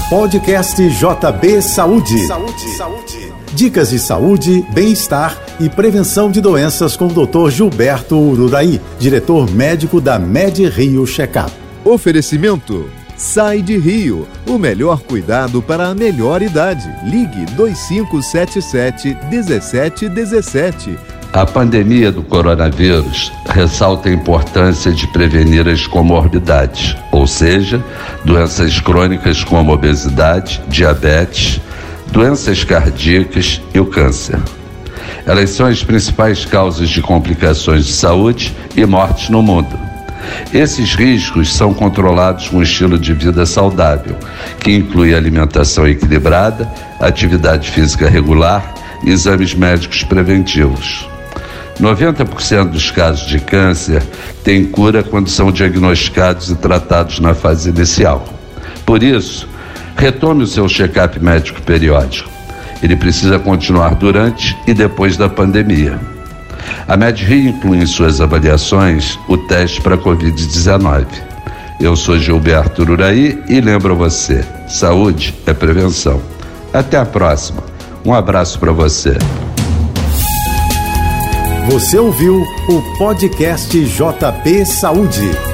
Podcast JB Saúde. Dicas de saúde, bem-estar e prevenção de doenças com o Dr. Gilberto Ururaí, diretor médico da Med Rio Checkup. Oferecimento Side Rio, o melhor cuidado para a melhor idade. Ligue 2577-1717. A pandemia do coronavírus ressalta a importância de prevenir as comorbidades, ou seja, doenças crônicas como obesidade, diabetes, doenças cardíacas e o câncer. Elas são as principais causas de complicações de saúde e mortes no mundo. Esses riscos são controlados com um estilo de vida saudável, que inclui alimentação equilibrada, atividade física regular e exames médicos preventivos. 90% dos casos de câncer têm cura quando são diagnosticados e tratados na fase inicial. Por isso, retome o seu check-up médico periódico. Ele precisa continuar durante e depois da pandemia. A Med Rio inclui em suas avaliações o teste para Covid-19. Eu sou Gilberto Ururaí e lembro a você, saúde é prevenção. Até a próxima. Um abraço para você. Você ouviu o podcast JB Saúde.